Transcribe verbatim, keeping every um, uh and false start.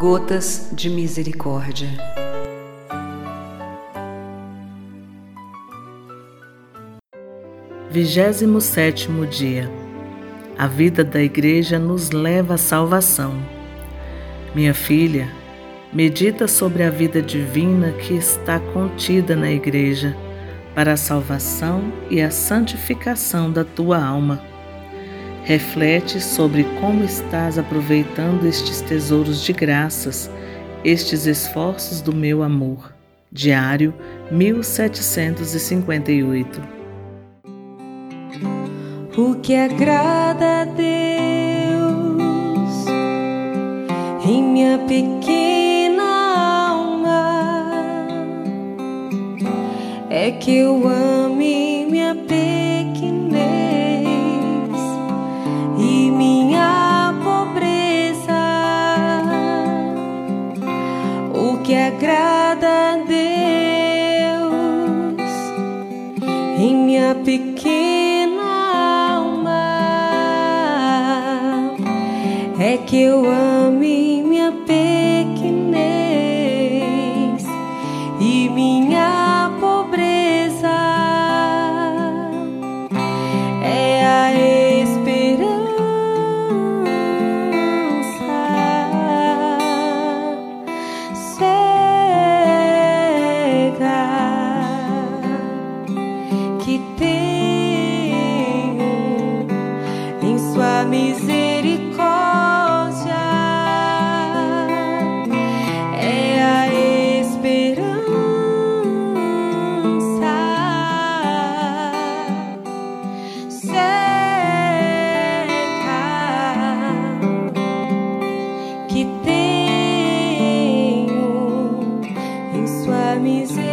Gotas de Misericórdia. Vigésimo sétimo dia. A vida da Igreja nos leva à salvação. Minha filha, medita sobre a vida divina que está contida na Igreja para a salvação e a santificação da tua alma. Reflete sobre como estás aproveitando estes tesouros de graças, estes esforços do meu amor. Diário mil setecentos e cinquenta e oito. O que agrada a Deus em minha pequena alma é que eu ame minha pequenez e minha pobreza. O que agrada a Deus em minha pequena alma é que eu ame minha pequenez e minha pobreza. É a esperança cega que tenho em sua misericórdia. É a esperança cega que tenho em sua misericórdia.